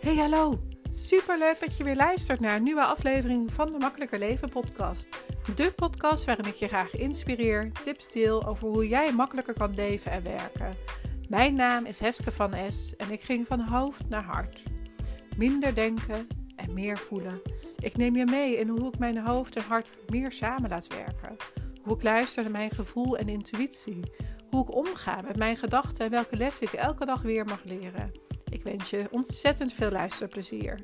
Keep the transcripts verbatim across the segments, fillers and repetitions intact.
Hey, hallo! Superleuk dat je weer luistert naar een nieuwe aflevering van de Makkelijker Leven podcast. De podcast waarin ik je graag inspireer, tips deel over hoe jij makkelijker kan leven en werken. Mijn naam is Heske van Es en ik ging van hoofd naar hart. Minder denken en meer voelen. Ik neem je mee in hoe ik mijn hoofd en hart meer samen laat werken. Hoe ik luister naar mijn gevoel en intuïtie. Hoe ik omga met mijn gedachten en welke lessen ik elke dag weer mag leren. Ik wens je ontzettend veel luisterplezier.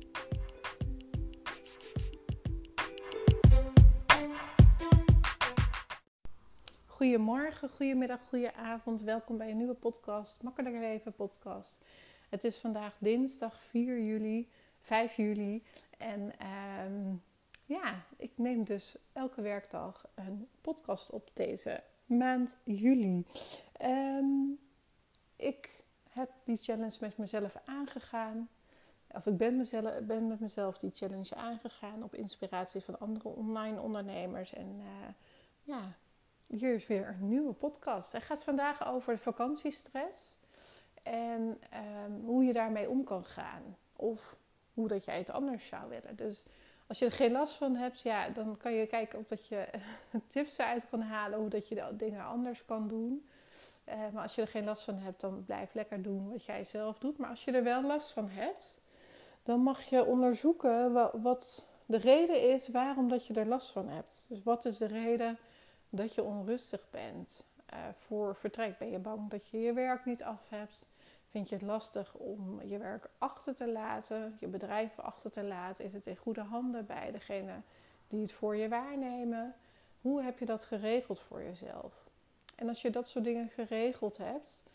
Goedemorgen, goedemiddag, goedenavond. Welkom bij een nieuwe podcast, Makkelijker Leven podcast. Het is vandaag dinsdag vier juli, vijf juli. En um, ja, ik neem dus elke werkdag een podcast op deze maand juli. Um, ik heb die challenge met mezelf aangegaan. Of ik ben, mezelf, ben met mezelf die challenge aangegaan op inspiratie van andere online ondernemers. En uh, ja, hier is weer een nieuwe podcast. Het gaat vandaag over vakantiestress. En um, hoe je daarmee om kan gaan. Of hoe dat jij het anders zou willen. Dus als je er geen last van hebt, ja, dan kan je kijken of dat je tips eruit kan halen. Hoe dat je de dingen anders kan doen. Uh, maar als je er geen last van hebt, dan blijf lekker doen wat jij zelf doet. Maar als je er wel last van hebt, dan mag je onderzoeken wat, wat de reden is waarom dat je er last van hebt. Dus wat is de reden dat je onrustig bent? Uh, voor vertrek ben je bang dat je je werk niet af hebt. Vind je het lastig om je werk achter te laten, je bedrijf achter te laten? Is het in goede handen bij degene die het voor je waarnemen? Hoe heb je dat geregeld voor jezelf? En als je dat soort dingen geregeld hebt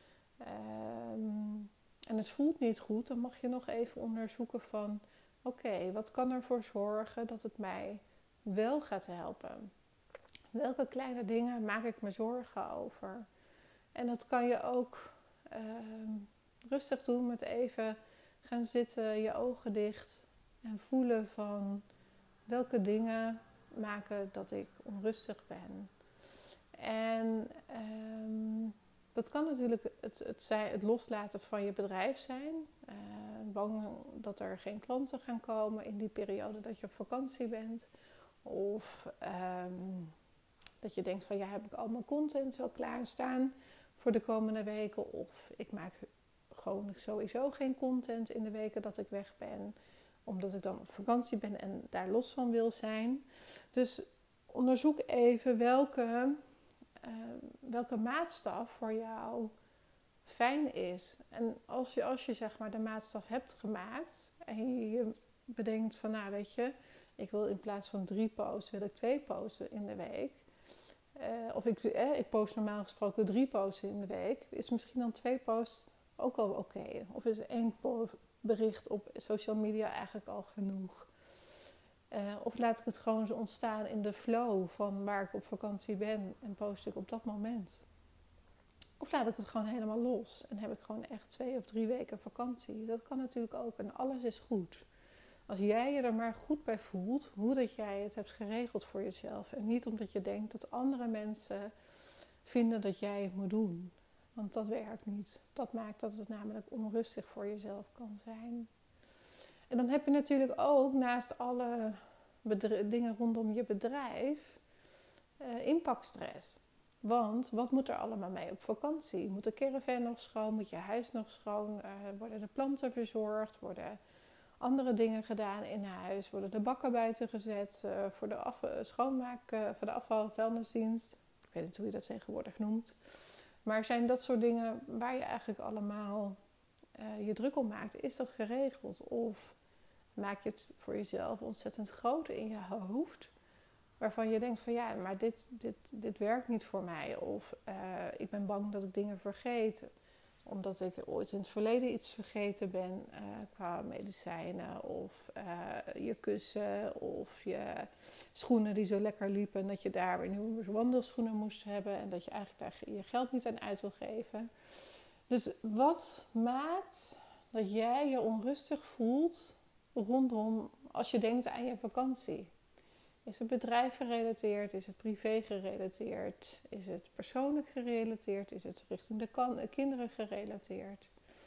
um, en het voelt niet goed, dan mag je nog even onderzoeken van oké, okay, wat kan ervoor zorgen dat het mij wel gaat helpen? Welke kleine dingen maak ik me zorgen over? En dat kan je ook um, rustig doen met even gaan zitten, je ogen dicht en voelen van welke dingen maken dat ik onrustig ben. En um, dat kan natuurlijk het, het, zijn, het loslaten van je bedrijf zijn. Uh, bang dat er geen klanten gaan komen in die periode dat je op vakantie bent. Of um, dat je denkt van ja, heb ik al mijn content wel klaarstaan voor de komende weken. Of ik maak gewoon sowieso geen content in de weken dat ik weg ben. Omdat ik dan op vakantie ben en daar los van wil zijn. Dus onderzoek even welke... Uh, welke maatstaf voor jou fijn is. En als je, als je zeg maar de maatstaf hebt gemaakt en je, je bedenkt van nou weet je, ik wil in plaats van drie posts wil ik twee posten in de week. Uh, of ik, eh, ik post normaal gesproken drie posten in de week. Is misschien dan twee posts ook al oké. Okay. Of is één post, bericht op social media eigenlijk al genoeg. Uh, of laat ik het gewoon zo ontstaan in de flow van waar ik op vakantie ben en post ik op dat moment. Of laat ik het gewoon helemaal los en heb ik gewoon echt twee of drie weken vakantie. Dat kan natuurlijk ook en alles is goed. Als jij je er maar goed bij voelt, hoe dat jij het hebt geregeld voor jezelf. En niet omdat je denkt dat andere mensen vinden dat jij het moet doen. Want dat werkt niet. Dat maakt dat het namelijk onrustig voor jezelf kan zijn. En dan heb je natuurlijk ook naast alle bedrijf, dingen rondom je bedrijf uh, impactstress. Want wat moet er allemaal mee op vakantie? Moet de caravan nog schoon? Moet je huis nog schoon? Uh, worden de planten verzorgd? Worden andere dingen gedaan in huis? Worden de bakken buiten gezet uh, voor de af, uh, schoonmaak, uh, voor de afval- en vuilnisdienst? Ik weet niet hoe je dat tegenwoordig noemt. Maar zijn dat soort dingen waar je eigenlijk allemaal uh, je druk om maakt? Is dat geregeld? Of maak je het voor jezelf ontzettend groot in je hoofd. Waarvan je denkt van ja, maar dit, dit, dit werkt niet voor mij. Of uh, ik ben bang dat ik dingen vergeet. Omdat ik ooit in het verleden iets vergeten ben. Uh, qua medicijnen. Of uh, je kussen. Of je schoenen die zo lekker liepen. En dat je daar weer nieuwe wandelschoenen moest hebben. En dat je eigenlijk daar je geld niet aan uit wil geven. Dus wat maakt dat jij je onrustig voelt rondom als je denkt aan je vakantie? Is het bedrijf gerelateerd? Is het privé gerelateerd? Is het persoonlijk gerelateerd? Is het richting de kan- kinderen gerelateerd?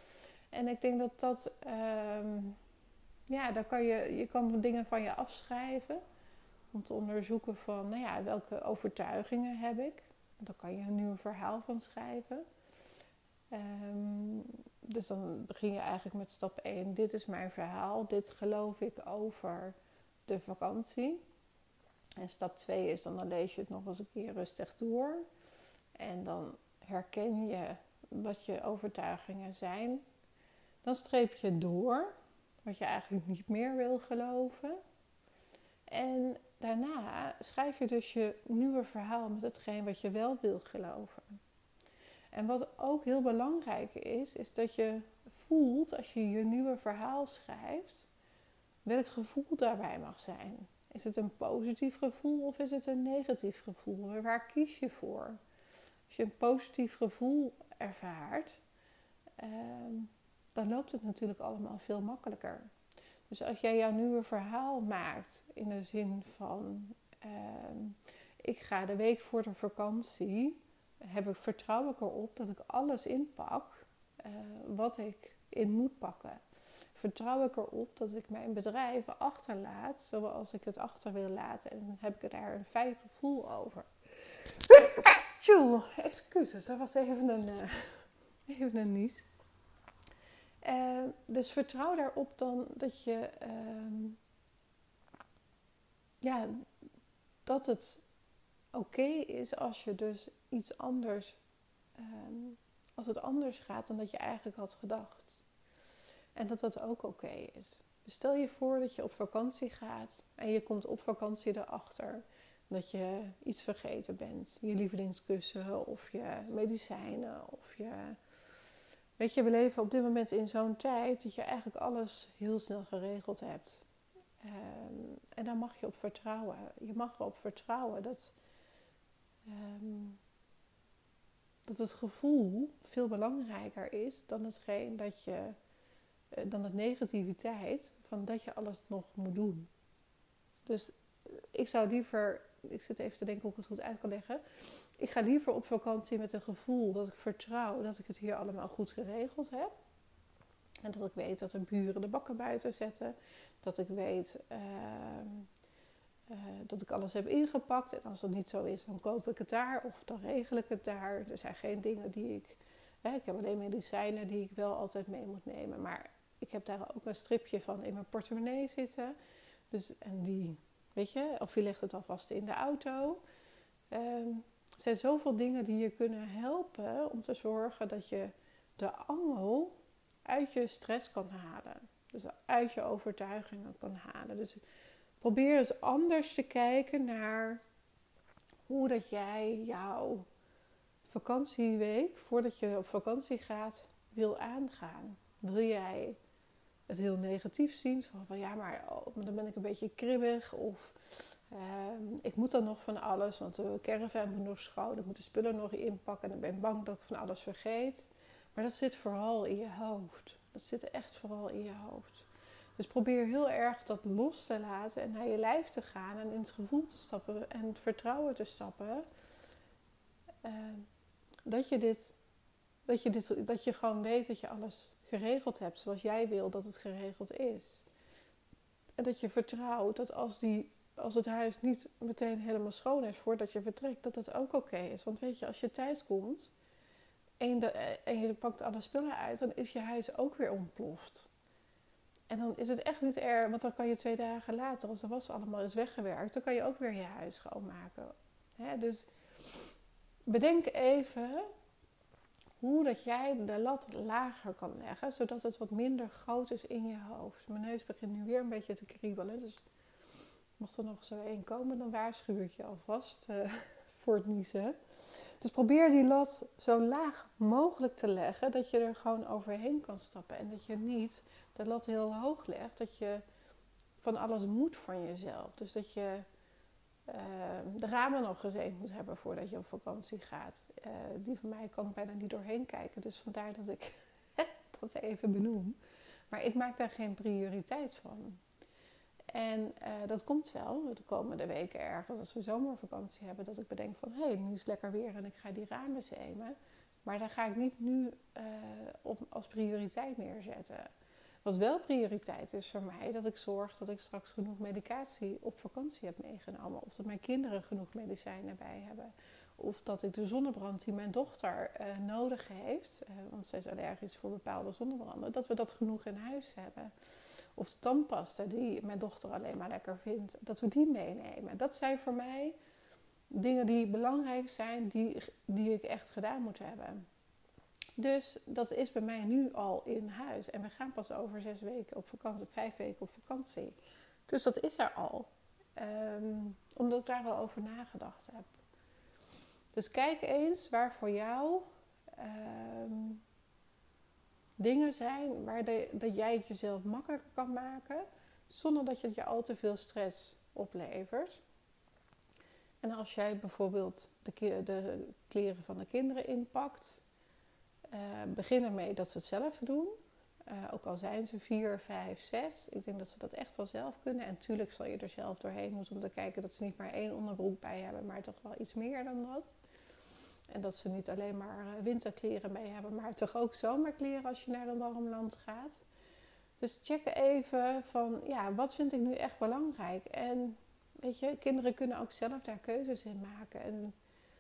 En ik denk dat dat, um, ja, daar kan je, je kan dingen van je afschrijven. Om te onderzoeken van, nou ja, welke overtuigingen heb ik. Dan kan je een nieuw verhaal van schrijven. Um, dus dan begin je eigenlijk met stap één. Dit is mijn verhaal. Dit geloof ik over de vakantie. En stap twee is dan, dan lees je het nog eens een keer rustig door. En dan herken je wat je overtuigingen zijn. Dan streep je door wat je eigenlijk niet meer wil geloven. En daarna schrijf je dus je nieuwe verhaal met hetgeen wat je wel wil geloven. En wat ook heel belangrijk is, is dat je voelt als je je nieuwe verhaal schrijft, welk gevoel daarbij mag zijn. Is het een positief gevoel of is het een negatief gevoel? Waar kies je voor? Als je een positief gevoel ervaart, eh, dan loopt het natuurlijk allemaal veel makkelijker. Dus als jij jouw nieuwe verhaal maakt in de zin van, uh, ik ga de week voor de vakantie, heb ik, vertrouw ik erop dat ik alles inpak uh, wat ik in moet pakken. Vertrouw ik erop dat ik mijn bedrijf achterlaat zoals ik het achter wil laten. En dan heb ik daar een fijn gevoel over. Tjoe, excuses, dat was even een, uh, even een nies. Uh, dus vertrouw daarop dan dat je, uh, ja, dat het oké okay is als je dus iets anders, uh, als het anders gaat dan dat je eigenlijk had gedacht. En dat dat ook oké okay is. Dus stel je voor dat je op vakantie gaat en je komt op vakantie erachter dat je iets vergeten bent. Je lievelingskussen of je medicijnen of je... Weet je, we leven op dit moment in zo'n tijd dat je eigenlijk alles heel snel geregeld hebt. Um, en daar mag je op vertrouwen. Je mag erop vertrouwen dat, um, dat het gevoel veel belangrijker is dan hetgeen dat je, uh, dan de negativiteit van dat je alles nog moet doen. Dus uh, ik zou liever, ik zit even te denken hoe ik het goed uit kan leggen. Ik ga liever op vakantie met een gevoel dat ik vertrouw dat ik het hier allemaal goed geregeld heb. En dat ik weet dat de buren de bakken buiten zetten. Dat ik weet uh, uh, dat ik alles heb ingepakt. En als dat niet zo is, dan koop ik het daar of dan regel ik het daar. Er zijn geen dingen die ik... Hè, ik heb alleen medicijnen die ik wel altijd mee moet nemen. Maar ik heb daar ook een stripje van in mijn portemonnee zitten. Dus, en die, weet je, of je legt het alvast in de auto. Um, Er zijn zoveel dingen die je kunnen helpen om te zorgen dat je de angel uit je stress kan halen. Dus uit je overtuigingen kan halen. Dus probeer eens anders te kijken naar hoe dat jij jouw vakantieweek, voordat je op vakantie gaat, wil aangaan. Wil jij het heel negatief zien? Van ja, maar oh, dan ben ik een beetje kribbig of... Uh, ik moet dan nog van alles, want de caravan moet nog schoon. Ik moet de spullen nog inpakken en ik ben bang dat ik van alles vergeet. Maar dat zit vooral in je hoofd. Dat zit echt vooral in je hoofd. Dus probeer heel erg dat los te laten en naar je lijf te gaan en in het gevoel te stappen en het vertrouwen te stappen. Uh, dat je dit, dat je dit, dat je gewoon weet dat je alles geregeld hebt zoals jij wil dat het geregeld is. En dat je vertrouwt dat als die Als het huis niet meteen helemaal schoon is voordat je vertrekt, dat dat ook oké okay is. Want weet je, als je thuis komt en, de, en je pakt alle spullen uit, dan is je huis ook weer ontploft. En dan is het echt niet erg, want dan kan je twee dagen later, als de was allemaal is weggewerkt, dan kan je ook weer je huis schoonmaken. Hè? Dus bedenk even hoe dat jij de lat lager kan leggen, zodat het wat minder groot is in je hoofd. Mijn neus begint nu weer een beetje te kriebelen, dus... Mocht er nog zo één komen, dan waarschuw ik je alvast uh, voor het niezen. Dus probeer die lat zo laag mogelijk te leggen, dat je er gewoon overheen kan stappen. En dat je niet de lat heel hoog legt, dat je van alles moet van jezelf. Dus dat je uh, de ramen nog gezien moet hebben voordat je op vakantie gaat. Uh, die van mij kan ik bijna niet doorheen kijken, dus vandaar dat ik dat even benoem. Maar ik maak daar geen prioriteit van. En uh, dat komt wel de komende weken ergens als we zomervakantie hebben. Dat ik bedenk van, hé, hey, nu is het lekker weer en ik ga die ramen zeemen. Maar daar ga ik niet nu uh, op, als prioriteit neerzetten. Wat wel prioriteit is voor mij, dat ik zorg dat ik straks genoeg medicatie op vakantie heb meegenomen. Of dat mijn kinderen genoeg medicijnen bij hebben. Of dat ik de zonnebrand die mijn dochter uh, nodig heeft, uh, want zij is allergisch voor bepaalde zonnebranden, dat we dat genoeg in huis hebben. Of de tandpasta die mijn dochter alleen maar lekker vindt, dat we die meenemen. Dat zijn voor mij dingen die belangrijk zijn, die, die ik echt gedaan moet hebben. Dus dat is bij mij nu al in huis. En we gaan pas over zes weken op vakantie, vijf weken op vakantie. Dus dat is er al. Um, omdat ik daar wel over nagedacht heb. Dus kijk eens waar voor jou um, dingen zijn waar de, dat jij het jezelf makkelijker kan maken. Zonder dat je het je al te veel stress oplevert. En als jij bijvoorbeeld de, de kleren van de kinderen inpakt. Uh, begin ermee dat ze het zelf doen. Uh, ook al zijn ze vier, vijf, zes. Ik denk dat ze dat echt wel zelf kunnen. En natuurlijk zal je er zelf doorheen moeten om te kijken dat ze niet maar één onderbroek bij hebben. Maar toch wel iets meer dan dat. En dat ze niet alleen maar winterkleren mee hebben. Maar toch ook zomerkleren als je naar een warm land gaat. Dus check even van, ja, wat vind ik nu echt belangrijk? En weet je, kinderen kunnen ook zelf daar keuzes in maken. En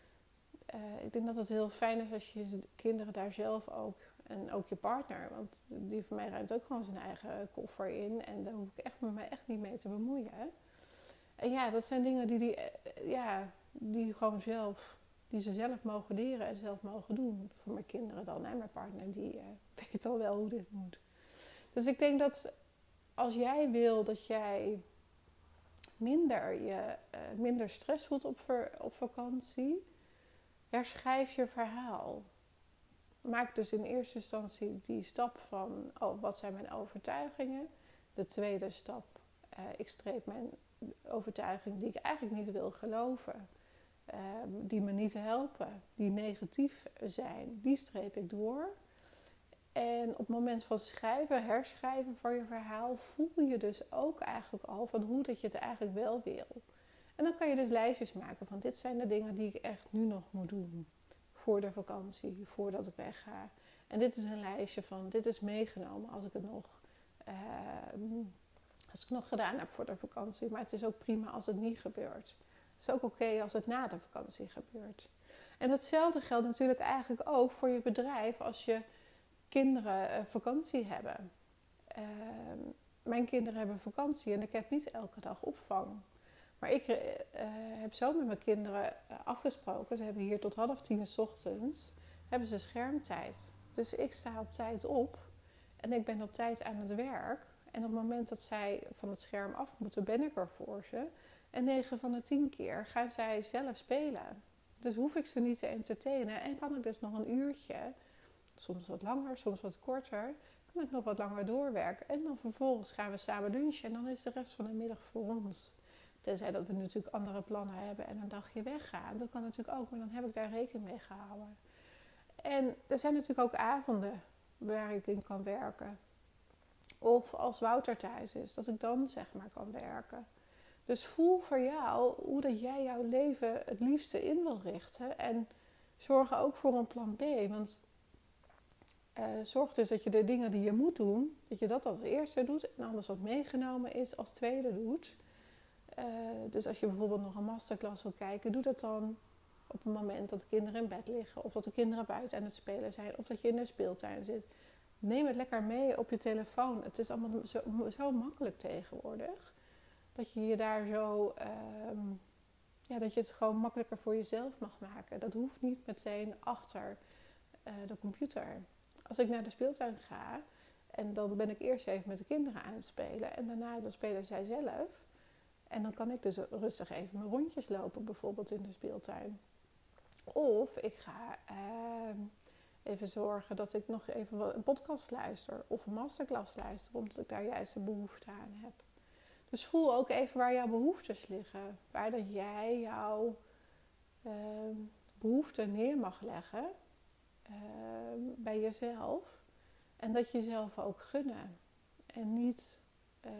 uh, ik denk dat het heel fijn is als je kinderen daar zelf ook, en ook je partner, want die van mij ruimt ook gewoon zijn eigen koffer in. En daar hoef ik echt, me echt niet mee te bemoeien. En ja, dat zijn dingen die, die, ja, die gewoon zelf, die ze zelf mogen leren en zelf mogen doen. Voor mijn kinderen dan. En mijn partner die uh, weet al wel hoe dit moet. Dus ik denk dat als jij wil dat jij minder, je, uh, minder stress voelt op, ver, op vakantie, herschrijf je verhaal. Maak dus in eerste instantie die stap van, oh, wat zijn mijn overtuigingen? De tweede stap, uh, ik streep mijn overtuiging die ik eigenlijk niet wil geloven. Uh, die me niet helpen, die negatief zijn, die streep ik door. En op het moment van schrijven, herschrijven van je verhaal, voel je dus ook eigenlijk al van hoe dat je het eigenlijk wel wil. En dan kan je dus lijstjes maken van dit zijn de dingen die ik echt nu nog moet doen. Voor de vakantie, voordat ik wegga. En dit is een lijstje van dit is meegenomen als ik het nog, uh, als ik nog gedaan heb voor de vakantie. Maar het is ook prima als het niet gebeurt. Het is ook oké okay als het na de vakantie gebeurt. En datzelfde geldt natuurlijk eigenlijk ook voor je bedrijf als je kinderen uh, vakantie hebben. Uh, mijn kinderen hebben vakantie en ik heb niet elke dag opvang. Maar ik uh, heb zo met mijn kinderen afgesproken. Ze hebben hier tot half tien 's ochtends hebben ze schermtijd. Dus ik sta op tijd op en ik ben op tijd aan het werk. En op het moment dat zij van het scherm af moeten, ben ik er voor ze. En negen van de tien keer gaan zij zelf spelen. Dus hoef ik ze niet te entertainen. En kan ik dus nog een uurtje, soms wat langer, soms wat korter, kan ik nog wat langer doorwerken. En dan vervolgens gaan we samen lunchen en dan is de rest van de middag voor ons. Tenzij dat we natuurlijk andere plannen hebben en een dagje weggaan. Dat kan natuurlijk ook, maar dan heb ik daar rekening mee gehouden. En er zijn natuurlijk ook avonden waar ik in kan werken. Of als Wouter thuis is, dat ik dan zeg maar kan werken. Dus voel voor jou hoe dat jij jouw leven het liefste in wil richten. En zorg ook voor een plan B. Want uh, zorg dus dat je de dingen die je moet doen, dat je dat als eerste doet. En alles wat meegenomen is als tweede doet. Uh, dus als je bijvoorbeeld nog een masterclass wil kijken, doe dat dan op het moment dat de kinderen in bed liggen. Of dat de kinderen buiten aan het spelen zijn. Of dat je in de speeltuin zit. Neem het lekker mee op je telefoon. Het is allemaal zo, zo makkelijk tegenwoordig. Dat je je daar zo, um, ja, dat je het gewoon makkelijker voor jezelf mag maken. Dat hoeft niet meteen achter uh, de computer. Als ik naar de speeltuin ga, en dan ben ik eerst even met de kinderen aan het spelen. En daarna dan spelen zij zelf. En dan kan ik dus rustig even mijn rondjes lopen, bijvoorbeeld in de speeltuin. Of ik ga uh, even zorgen dat ik nog even een podcast luister. Of een masterclass luister, omdat ik daar juist een behoefte aan heb. Dus voel ook even waar jouw behoeftes liggen. Waar dat jij jouw uh, behoeften neer mag leggen uh, bij jezelf. En dat je jezelf ook gunnen. En niet uh,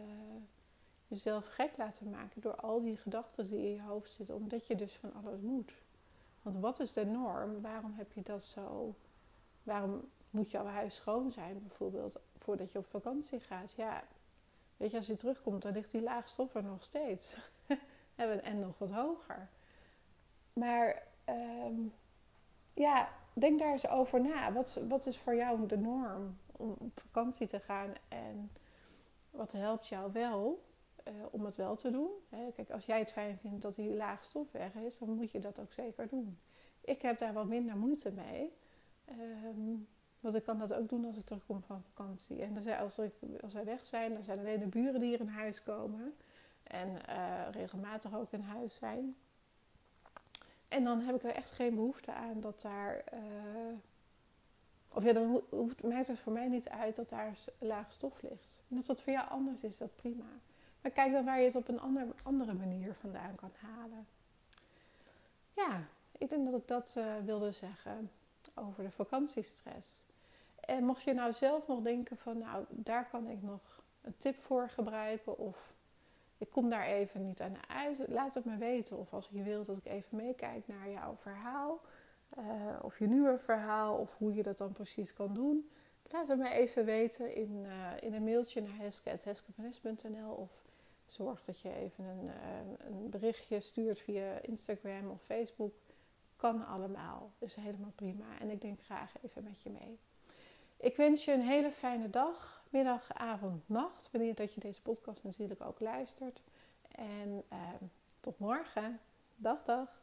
jezelf gek laten maken door al die gedachten die in je hoofd zitten. Omdat je dus van alles moet. Want wat is de norm? Waarom heb je dat zo waarom moet jouw huis schoon zijn bijvoorbeeld voordat je op vakantie gaat? Ja, weet je, als je terugkomt, dan ligt die laag stof er nog steeds. En nog wat hoger. Maar um, ja, denk daar eens over na. Wat, wat is voor jou de norm om op vakantie te gaan? En wat helpt jou wel uh, om het wel te doen? Hè? Kijk, als jij het fijn vindt dat die laag stof weg is, dan moet je dat ook zeker doen. Ik heb daar wat minder moeite mee. Um, want ik kan dat ook doen als ik terugkom van vakantie. En dan, als, ik, als wij weg zijn, dan zijn alleen de buren die hier in huis komen. En uh, regelmatig ook in huis zijn. En dan heb ik er echt geen behoefte aan dat daar... Uh, of ja, dan hoeft maakt het voor mij niet uit dat daar laag stof ligt. En als dat voor jou anders is, dat prima. Maar kijk dan waar je het op een ander, andere manier vandaan kan halen. Ja, ik denk dat ik dat uh, wilde zeggen over de vakantiestress. En mocht je nou zelf nog denken van, nou, daar kan ik nog een tip voor gebruiken. Of ik kom daar even niet aan uit. Laat het me weten. Of als je wilt dat ik even meekijk naar jouw verhaal. Uh, of je nieuwe verhaal. Of hoe je dat dan precies kan doen. Laat het me even weten in, uh, in een mailtje naar heske at heske van nes punt n l. Of zorg dat je even een, uh, een berichtje stuurt via Instagram of Facebook. Kan allemaal. Dus helemaal prima. En ik denk graag even met je mee. Ik wens je een hele fijne dag, middag, avond, nacht. Wanneer dat je deze podcast natuurlijk ook luistert. En uh, tot morgen. Dag, dag.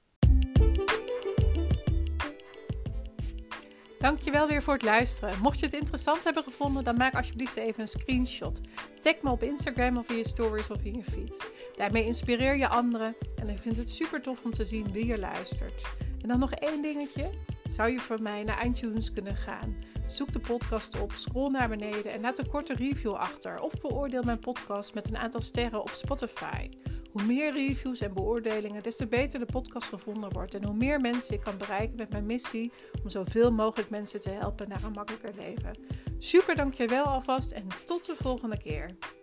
Dankjewel weer voor het luisteren. Mocht je het interessant hebben gevonden, dan maak alsjeblieft even een screenshot. Tag me op Instagram of in je stories of in je feed. Daarmee inspireer je anderen en ik vind het super tof om te zien wie er luistert. En dan nog één dingetje. Zou je voor mij naar iTunes kunnen gaan? Zoek de podcast op, scroll naar beneden en laat een korte review achter. Of beoordeel mijn podcast met een aantal sterren op Spotify. Hoe meer reviews en beoordelingen, des te beter de podcast gevonden wordt. En hoe meer mensen ik kan bereiken met mijn missie om zoveel mogelijk mensen te helpen naar een makkelijker leven. Super, dankjewel alvast en tot de volgende keer.